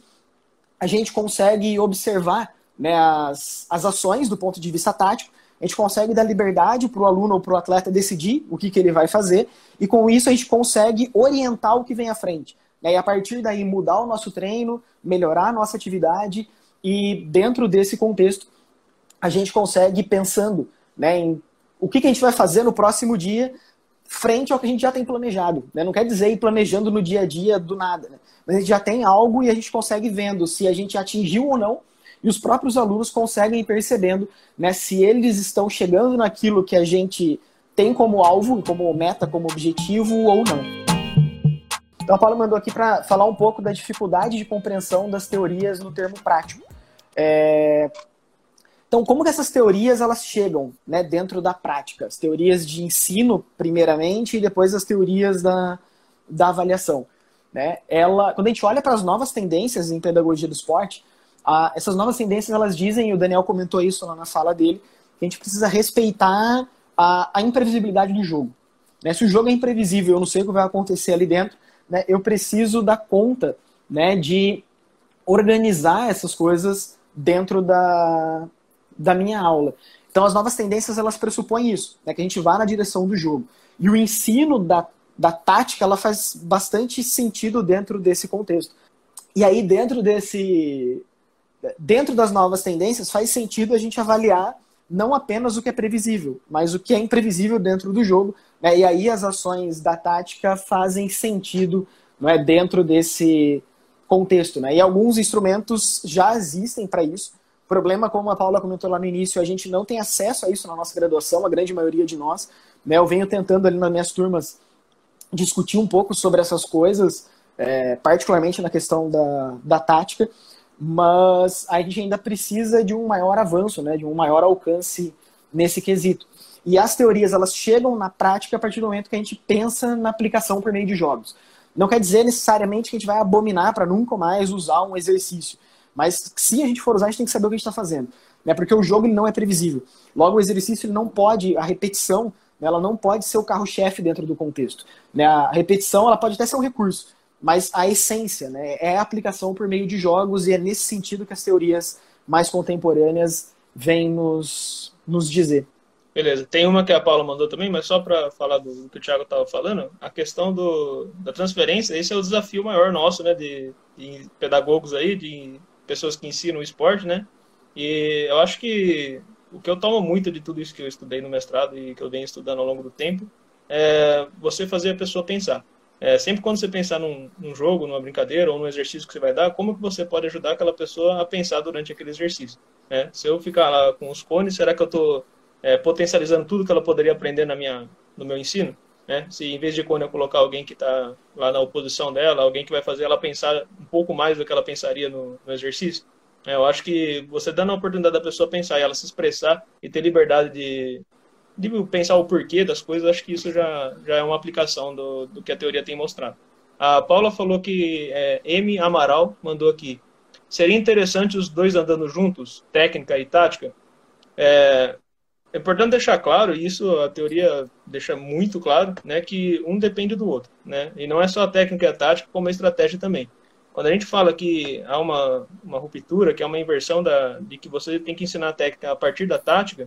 a gente consegue observar, né, as, as ações do ponto de vista tático, a gente consegue dar liberdade para o aluno ou para o atleta decidir o que, que ele vai fazer, e com isso a gente consegue orientar o que vem à frente. E a partir daí mudar o nosso treino, melhorar a nossa atividade, e dentro desse contexto a gente consegue ir pensando, né, em o que, que a gente vai fazer no próximo dia frente ao que a gente já tem planejado. Né? Não quer dizer ir planejando no dia a dia do nada, né? Mas a gente já tem algo e a gente consegue vendo se a gente atingiu ou não, e os próprios alunos conseguem ir percebendo, né, se eles estão chegando naquilo que a gente tem como alvo, como meta, como objetivo ou não. Então a Paula mandou aqui para falar um pouco da dificuldade de compreensão das teorias no termo prático. É... Então, como que essas teorias elas chegam, né, dentro da prática? As teorias de ensino, primeiramente, e depois as teorias da, da avaliação. Né? Ela, quando a gente olha para as novas tendências em pedagogia do esporte, a, essas novas tendências elas dizem, e o Daniel comentou isso lá na fala dele, que a gente precisa respeitar a, a imprevisibilidade do jogo. Né? Se o jogo é imprevisível, eu não sei o que vai acontecer ali dentro, né, eu preciso dar conta, né, de organizar essas coisas dentro da, da minha aula. Então as novas tendências elas pressupõem isso, né, que a gente vá na direção do jogo. E o ensino da, da tática ela faz bastante sentido dentro desse contexto. E aí dentro desse dentro das novas tendências faz sentido a gente avaliar não apenas o que é previsível, mas o que é imprevisível dentro do jogo, né? E aí as ações da tática fazem sentido, não é, dentro desse contexto. Né? E alguns instrumentos já existem para isso. O problema, como a Paula comentou lá no início, a gente não tem acesso a isso na nossa graduação, a grande maioria de nós. Né? Eu venho tentando ali nas minhas turmas discutir um pouco sobre essas coisas, é, particularmente na questão da, da tática, mas a gente ainda precisa de um maior avanço, né, de um maior alcance nesse quesito. E as teorias, elas chegam na prática a partir do momento que a gente pensa na aplicação por meio de jogos. Não quer dizer necessariamente que a gente vai abominar para nunca mais usar um exercício, mas se a gente for usar, a gente tem que saber o que a gente está fazendo, né, porque o jogo ele não é previsível. Logo, o exercício ele não pode, a repetição, né, ela não pode ser o carro-chefe dentro do contexto. Né, a repetição ela pode até ser um recurso, mas a essência, né, é a aplicação por meio de jogos, e é nesse sentido que as teorias mais contemporâneas vêm nos, nos dizer. Beleza, tem uma que a Paula mandou também, mas só para falar do que o Thiago estava falando, a questão do, da transferência, esse é o desafio maior nosso, né, de, de pedagogos aí, de pessoas que ensinam o esporte, né, e eu acho que o que eu tomo muito de tudo isso que eu estudei no mestrado e que eu venho estudando ao longo do tempo, é você fazer a pessoa pensar. É, sempre quando você pensar num, num jogo, numa brincadeira ou num exercício que você vai dar, como que você pode ajudar aquela pessoa a pensar durante aquele exercício? Né? Se eu ficar lá com os cones, será que eu estou é, potencializando tudo que ela poderia aprender na minha, no meu ensino? né? Se em vez de Cônia colocar alguém que está lá na oposição dela, alguém que vai fazer ela pensar um pouco mais do que ela pensaria no, no exercício. É, eu acho que você dando a oportunidade da pessoa pensar e ela se expressar e ter liberdade de, de pensar o porquê das coisas, acho que isso já, já é uma aplicação do, do que a teoria tem mostrado. A Paula falou que é, M. Amaral mandou aqui. Seria interessante os dois andando juntos, técnica e tática? É, é importante deixar claro, e isso a teoria deixa muito claro, né, que um depende do outro, né? E não é só a técnica e a tática, como a estratégia também. Quando a gente fala que há uma, uma ruptura, que é uma inversão da, de que você tem que ensinar a técnica a partir da tática,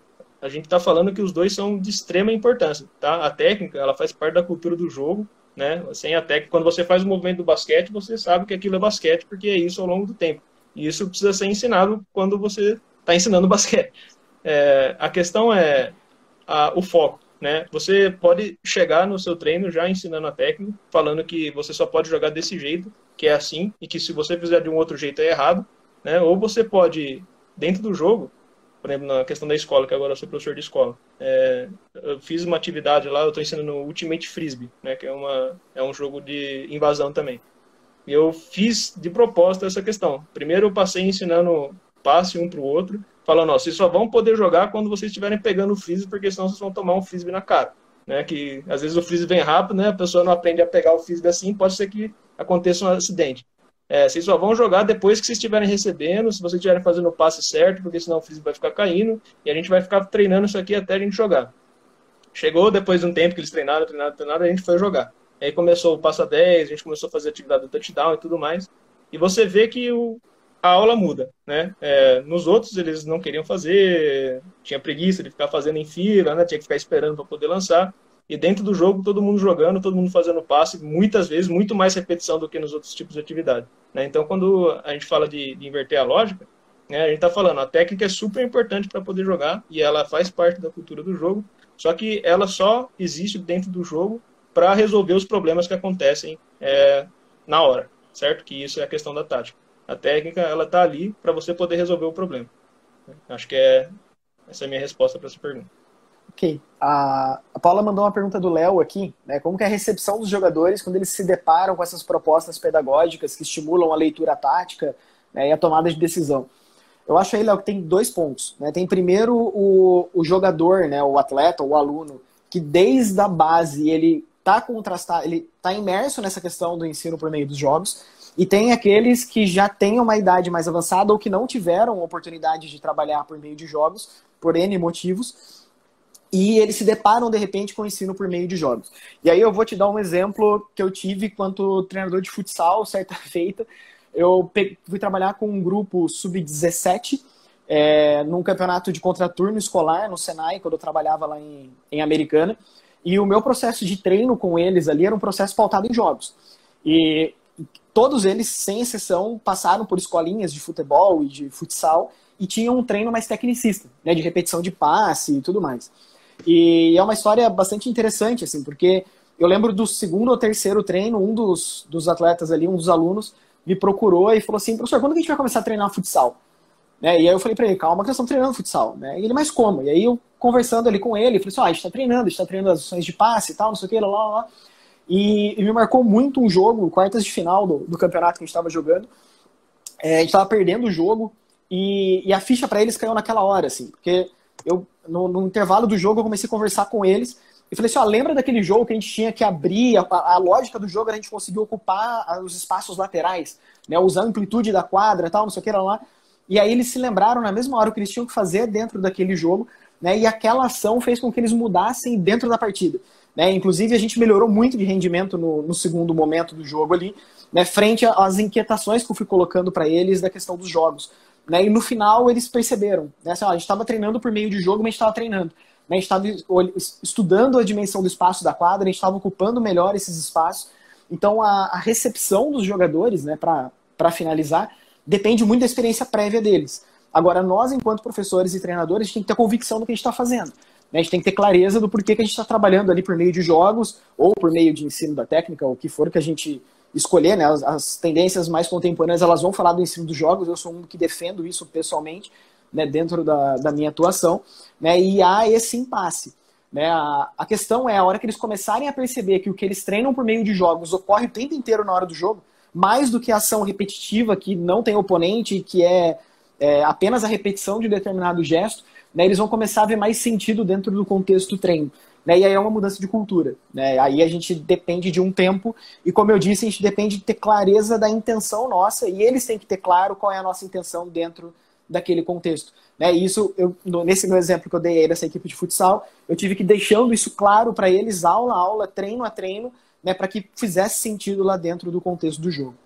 a gente está falando que os dois são de extrema importância, tá? A técnica, ela faz parte da cultura do jogo, né? Sem a técnica, quando você faz o movimento do basquete, você sabe que aquilo é basquete, porque é isso ao longo do tempo. E isso precisa ser ensinado quando você está ensinando basquete. É, a questão é a, o foco, né? Você pode chegar no seu treino já ensinando a técnica, falando que você só pode jogar desse jeito, que é assim, e que se você fizer de um outro jeito é errado, né? Ou você pode, dentro do jogo, por exemplo, na questão da escola, que agora eu sou professor de escola, é, eu fiz uma atividade lá, eu estou ensinando Ultimate Frisbee, né, que é, uma, é um jogo de invasão também. E eu fiz de propósito essa questão. Primeiro eu passei ensinando passe um para o outro, falando, ó, vocês só vão poder jogar quando vocês estiverem pegando o frisbee, porque senão vocês vão tomar um frisbee na cara. Né, que às vezes o frisbee vem rápido, né, a pessoa não aprende a pegar o frisbee assim, pode ser que aconteça um acidente. É, vocês só vão jogar depois que vocês estiverem recebendo, se vocês estiverem fazendo o passe certo, porque senão o frisbee vai ficar caindo, e a gente vai ficar treinando isso aqui até a gente jogar. Chegou depois de um tempo que eles treinaram, treinaram, treinaram, a gente foi jogar. Aí começou o passa dez, a gente começou a fazer atividade do touchdown e tudo mais, e você vê que o, a aula muda, né? É, nos outros eles não queriam fazer, tinha preguiça de ficar fazendo em fila, né? Tinha que ficar esperando para poder lançar. E dentro do jogo, todo mundo jogando, todo mundo fazendo passe, muitas vezes, muito mais repetição do que nos outros tipos de atividade. Né? Então, quando a gente fala de, de inverter a lógica, né, a gente está falando, a técnica é super importante para poder jogar e ela faz parte da cultura do jogo, só que ela só existe dentro do jogo para resolver os problemas que acontecem é, na hora, certo? Que isso é a questão da tática. A técnica, ela está ali para você poder resolver o problema. Acho que é, essa é a minha resposta para essa pergunta. Ok. A, a Paula mandou uma pergunta do Léo aqui, né? Como que é a recepção dos jogadores quando eles se deparam com essas propostas pedagógicas que estimulam a leitura tática, né, e a tomada de decisão? Eu acho aí, Léo, que tem dois pontos. Né? Tem primeiro o, o jogador, né, o atleta, o aluno, que desde a base ele está contrastado, ele está imerso nessa questão do ensino por meio dos jogos, e tem aqueles que já têm uma idade mais avançada ou que não tiveram oportunidade de trabalhar por meio de jogos, por N motivos, e eles se deparam, de repente, com o ensino por meio de jogos. E aí eu vou te dar um exemplo que eu tive quanto treinador de futsal, certa feita. Eu fui trabalhar com um grupo sub dezessete, é, num campeonato de contraturno escolar, no Senai, quando eu trabalhava lá em, em Americana. E o meu processo de treino com eles ali era um processo pautado em jogos. E todos eles, sem exceção, passaram por escolinhas de futebol e de futsal e tinham um treino mais tecnicista, né, de repetição de passe e tudo mais. E é uma história bastante interessante, assim, porque eu lembro do segundo ou terceiro treino, um dos, dos atletas ali, um dos alunos, me procurou e falou assim, professor, quando que a gente vai começar a treinar futsal? Né? E aí eu falei pra ele, calma que nós estamos treinando futsal. Né? E ele, mas como? E aí eu, conversando ali com ele, falei assim, ó, ah, a gente tá treinando, a gente tá treinando as ações de passe e tal, não sei o que, lá, lá, lá. E, e me marcou muito um jogo, quartas de final do, do campeonato que a gente tava jogando. É, a gente tava perdendo o jogo e, e a ficha pra eles caiu naquela hora, assim, porque eu, no, no intervalo do jogo, eu comecei a conversar com eles e falei assim, ó, lembra daquele jogo que a gente tinha que abrir, a, a lógica do jogo era a gente conseguir ocupar os espaços laterais, né, usar a amplitude da quadra, tal, não sei o que, lá, lá. E aí eles se lembraram na mesma hora o que eles tinham que fazer dentro daquele jogo, né, e aquela ação fez com que eles mudassem dentro da partida. Né, inclusive a gente melhorou muito de rendimento no, no segundo momento do jogo ali, né, frente às inquietações que eu fui colocando para eles da questão dos jogos. Né, e no final eles perceberam, né, assim, ó, a gente estava treinando por meio de jogo, mas a gente estava treinando. Né, a gente estava estudando a dimensão do espaço da quadra, a gente estava ocupando melhor esses espaços. Então a, a recepção dos jogadores, né, para finalizar, depende muito da experiência prévia deles. Agora nós, enquanto professores e treinadores, a gente tem que ter convicção do que a gente está fazendo. Né, a gente tem que ter clareza do porquê que a gente está trabalhando ali por meio de jogos, ou por meio de ensino da técnica, ou o que for que a gente escolher, né? As, as tendências mais contemporâneas, elas vão falar do ensino dos jogos, eu sou um que defendo isso pessoalmente, né, dentro da, da minha atuação, né, e há esse impasse. Né? A, a questão é a hora que eles começarem a perceber que o que eles treinam por meio de jogos ocorre o tempo inteiro na hora do jogo, mais do que a ação repetitiva que não tem oponente, que é, é apenas a repetição de determinado gesto, né? Eles vão começar a ver mais sentido dentro do contexto do treino. Né? E aí é uma mudança de cultura. Né? Aí a gente depende de um tempo, e como eu disse, a gente depende de ter clareza da intenção nossa, e eles têm que ter claro qual é a nossa intenção dentro daquele contexto. Né? E isso, eu, nesse meu exemplo que eu dei aí dessa equipe de futsal, eu tive que ir deixando isso claro para eles, aula a aula, treino a treino, né, para que fizesse sentido lá dentro do contexto do jogo.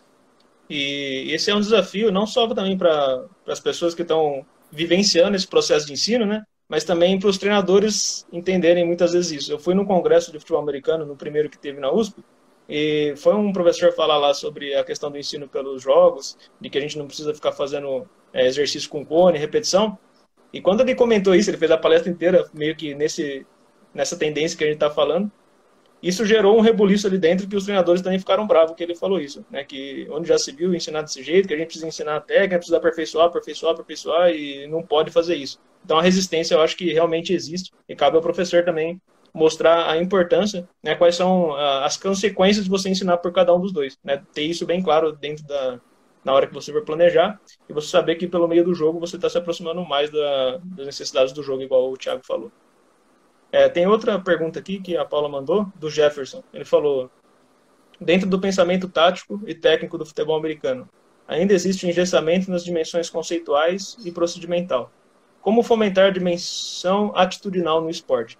E esse é um desafio não só também para as pessoas que estão vivenciando esse processo de ensino, né, mas também para os treinadores entenderem muitas vezes isso. Eu fui num congresso de futebol americano, no primeiro que teve na U S P, e foi um professor falar lá sobre a questão do ensino pelos jogos, de que a gente não precisa ficar fazendo é, exercício com cone, repetição. E quando ele comentou isso, ele fez a palestra inteira meio que nesse, nessa tendência que a gente está falando. Isso gerou um rebuliço ali dentro que os treinadores também ficaram bravos que ele falou isso, né? Que onde já se viu ensinar desse jeito, que a gente precisa ensinar a técnica, precisa aperfeiçoar, aperfeiçoar, aperfeiçoar e não pode fazer isso. Então a resistência eu acho que realmente existe e cabe ao professor também mostrar a importância, né? Quais são as consequências de você ensinar por cada um dos dois, né? Ter isso bem claro dentro da na hora que você for planejar e você saber que pelo meio do jogo você está se aproximando mais da, das necessidades do jogo, igual o Thiago falou. É, tem outra pergunta aqui que a Paula mandou, do Jefferson. Ele falou, dentro do pensamento tático e técnico do futebol americano, ainda existe um engessamento nas dimensões conceituais e procedimental. Como fomentar a dimensão atitudinal no esporte?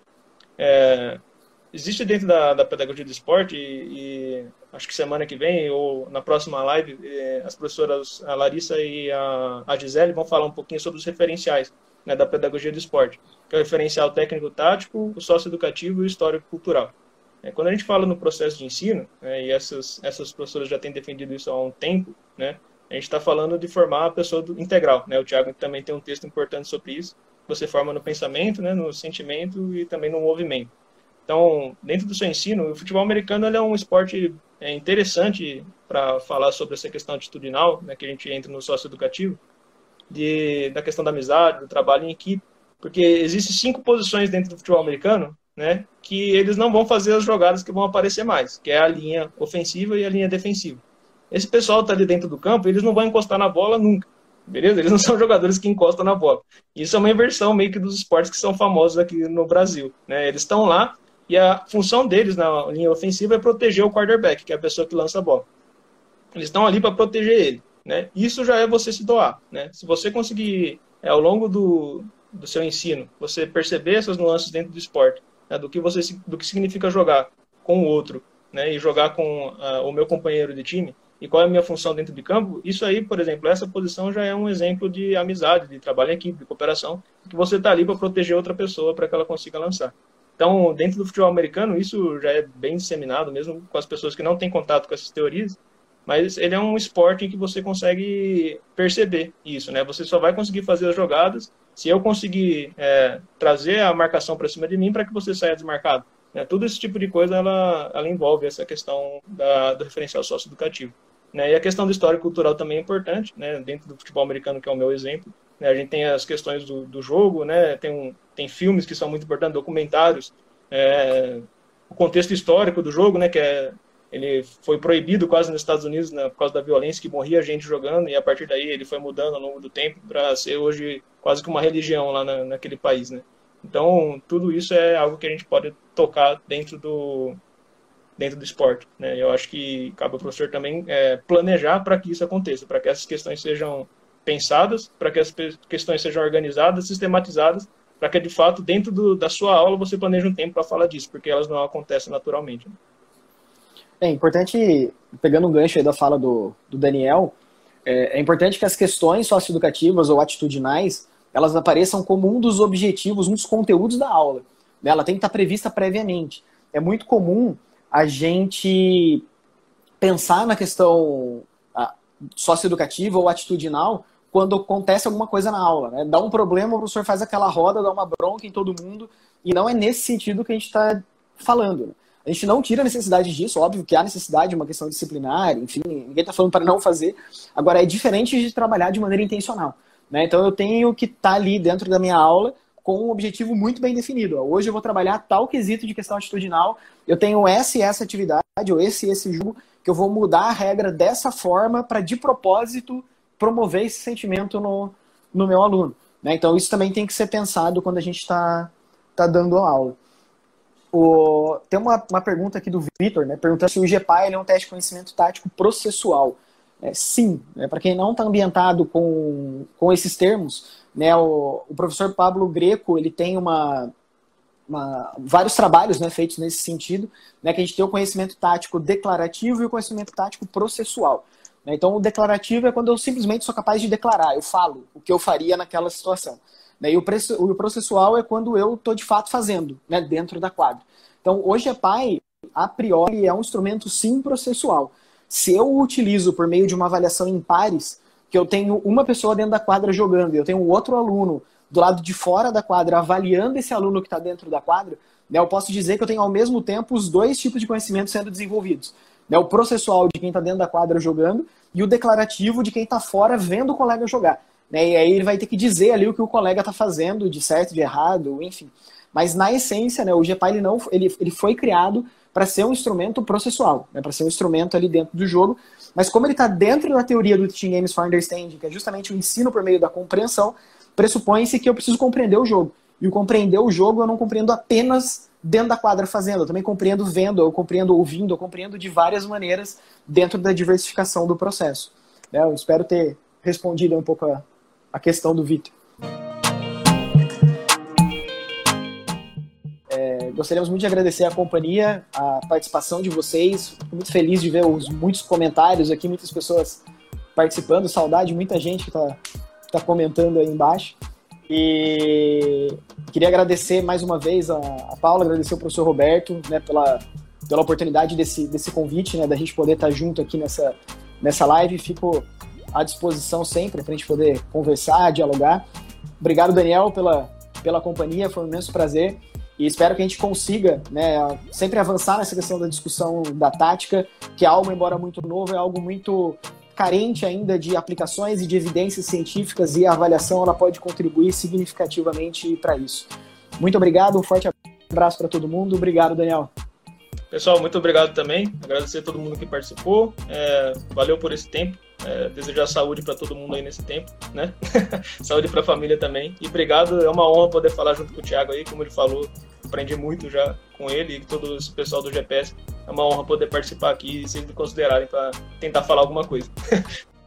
É, existe dentro da, da pedagogia do esporte, e, e acho que semana que vem, ou na próxima live, é, as professoras, a Larissa e a, a Gisele, vão falar um pouquinho sobre os referenciais, né, da pedagogia do esporte, que é o referencial técnico-tático, o socioeducativo e o histórico-cultural. É, quando a gente fala no processo de ensino, né, e essas, essas professoras já têm defendido isso há um tempo, né, a gente está falando de formar a pessoa do, integral. Né, o Thiago também tem um texto importante sobre isso. Você forma no pensamento, né, no sentimento e também no movimento. Então, dentro do seu ensino, o futebol americano ele é um esporte é, interessante para falar sobre essa questão atitudinal, né, que a gente entra no socioeducativo, de, da questão da amizade, do trabalho em equipe, porque existem cinco posições dentro do futebol americano, né, que eles não vão fazer as jogadas que vão aparecer mais, que é a linha ofensiva e a linha defensiva. Esse pessoal está ali dentro do campo, eles não vão encostar na bola nunca, beleza? Eles não são jogadores que encostam na bola. Isso é uma inversão meio que dos esportes que são famosos aqui no Brasil, né? Eles estão lá e a função deles na linha ofensiva é proteger o quarterback, que é a pessoa que lança a bola. Eles estão ali para proteger ele, né? Isso já é você se doar, né? Se você conseguir, é, ao longo do, do seu ensino, você perceber essas nuances dentro do esporte, né? do, que você, do que significa jogar com o outro, né? E jogar com uh, o meu companheiro de time, e qual é a minha função dentro de campo, isso aí, por exemplo, essa posição já é um exemplo de amizade, de trabalho em equipe, de cooperação, que você está ali para proteger outra pessoa para que ela consiga lançar. Então, dentro do futebol americano, isso já é bem disseminado, mesmo com as pessoas que não têm contato com essas teorias, mas ele é um esporte em que você consegue perceber isso, né? Você só vai conseguir fazer as jogadas se eu conseguir é, trazer a marcação para cima de mim para que você saia desmarcado. Né? Tudo esse tipo de coisa, ela, ela envolve essa questão da, do referencial socioeducativo. Né? E a questão do histórico cultural também é importante, né? Dentro do futebol americano, que é o meu exemplo. Né? A gente tem as questões do, do jogo, né? tem, um, tem filmes que são muito importantes, documentários, é, o contexto histórico do jogo, né? Que é, ele foi proibido quase nos Estados Unidos, né? Por causa da violência, que morria gente jogando, e a partir daí ele foi mudando ao longo do tempo para ser hoje quase que uma religião lá na, naquele país. Né? Então, tudo isso é algo que a gente pode tocar dentro do, dentro do esporte. Né? Eu acho que cabe ao professor também é, planejar para que isso aconteça, para que essas questões sejam pensadas, para que as questões sejam organizadas, sistematizadas, para que, de fato, dentro do, da sua aula, você planeje um tempo para falar disso, porque elas não acontecem naturalmente. Né? É importante, pegando um gancho aí da fala do, do Daniel, é, é importante que as questões socioeducativas ou atitudinais, elas apareçam como um dos objetivos, um dos conteúdos da aula. Né? Ela tem que estar prevista previamente. É muito comum a gente pensar na questão socioeducativa ou atitudinal quando acontece alguma coisa na aula. Né? Dá um problema, o professor faz aquela roda, dá uma bronca em todo mundo, e não é nesse sentido que a gente está falando. Né? A gente não tira a necessidade disso, óbvio que há necessidade, uma questão disciplinar, enfim, ninguém está falando para não fazer. Agora, é diferente de trabalhar de maneira intencional. Né? Então, eu tenho que estar tá ali dentro da minha aula com um objetivo muito bem definido. Hoje eu vou trabalhar tal quesito de questão atitudinal, eu tenho essa e essa atividade, ou esse e esse jogo, que eu vou mudar a regra dessa forma para, de propósito, promover esse sentimento no, no meu aluno. Né? Então isso também tem que ser pensado quando a gente está tá dando aula. O, tem uma, uma pergunta aqui do Vitor, né, perguntando se o G P A ele é um teste de conhecimento tático processual. É, sim, né, para quem não está ambientado com, com esses termos, né, o, o professor Pablo Greco ele tem uma, uma, vários trabalhos, né, feitos nesse sentido, né, que a gente tem o conhecimento tático declarativo e o conhecimento tático processual. Né, então o declarativo é quando eu simplesmente sou capaz de declarar, eu falo o que eu faria naquela situação. Né, e o, o processual é quando eu estou de fato fazendo, né, dentro da quadra. Então o G P A, a priori, é um instrumento sim processual. Se eu o utilizo por meio de uma avaliação em pares, que eu tenho uma pessoa dentro da quadra jogando e eu tenho outro aluno do lado de fora da quadra avaliando esse aluno que está dentro da quadra, né, eu posso dizer que eu tenho ao mesmo tempo os dois tipos de conhecimento sendo desenvolvidos. Né, o processual de quem está dentro da quadra jogando e o declarativo de quem está fora vendo o colega jogar. Né, e aí ele vai ter que dizer ali o que o colega está fazendo, de certo, de errado, enfim. Mas na essência, né, o G P A ele não, ele, ele foi criado para ser um instrumento processual, né, para ser um instrumento ali dentro do jogo, mas como ele está dentro da teoria do Teaching Games for Understanding, que é justamente o ensino por meio da compreensão, pressupõe-se que eu preciso compreender o jogo. E o compreender o jogo eu não compreendo apenas dentro da quadra fazendo, eu também compreendo vendo, eu compreendo ouvindo, eu compreendo de várias maneiras dentro da diversificação do processo. Né, eu espero ter respondido um pouco a, a questão do Vitor. Gostaríamos muito de agradecer a companhia, a participação de vocês. Fico muito feliz de ver os muitos comentários aqui, muitas pessoas participando. Saudade, muita gente que está tá comentando aí embaixo. E queria agradecer mais uma vez a, a Paula, agradecer o professor Roberto, né, pela, pela oportunidade desse, desse convite, né, da gente poder estar junto aqui nessa, nessa live. Fico à disposição sempre para a gente poder conversar, dialogar. Obrigado, Daniel, pela, pela companhia, foi um imenso prazer. E espero que a gente consiga, né, sempre avançar nessa questão da discussão da tática, que é algo, embora muito novo, é algo muito carente ainda de aplicações e de evidências científicas, e a avaliação ela pode contribuir significativamente para isso. Muito obrigado, um forte abraço para todo mundo. Obrigado, Daniel. Pessoal, muito obrigado também. Agradecer a todo mundo que participou. É, valeu por esse tempo. É, desejar saúde para todo mundo aí nesse tempo, né? Saúde para a família também. E obrigado, é uma honra poder falar junto com o Thiago aí, como ele falou, aprendi muito já com ele e todo esse pessoal do G P S. É uma honra poder participar aqui e se me considerarem para tentar falar alguma coisa.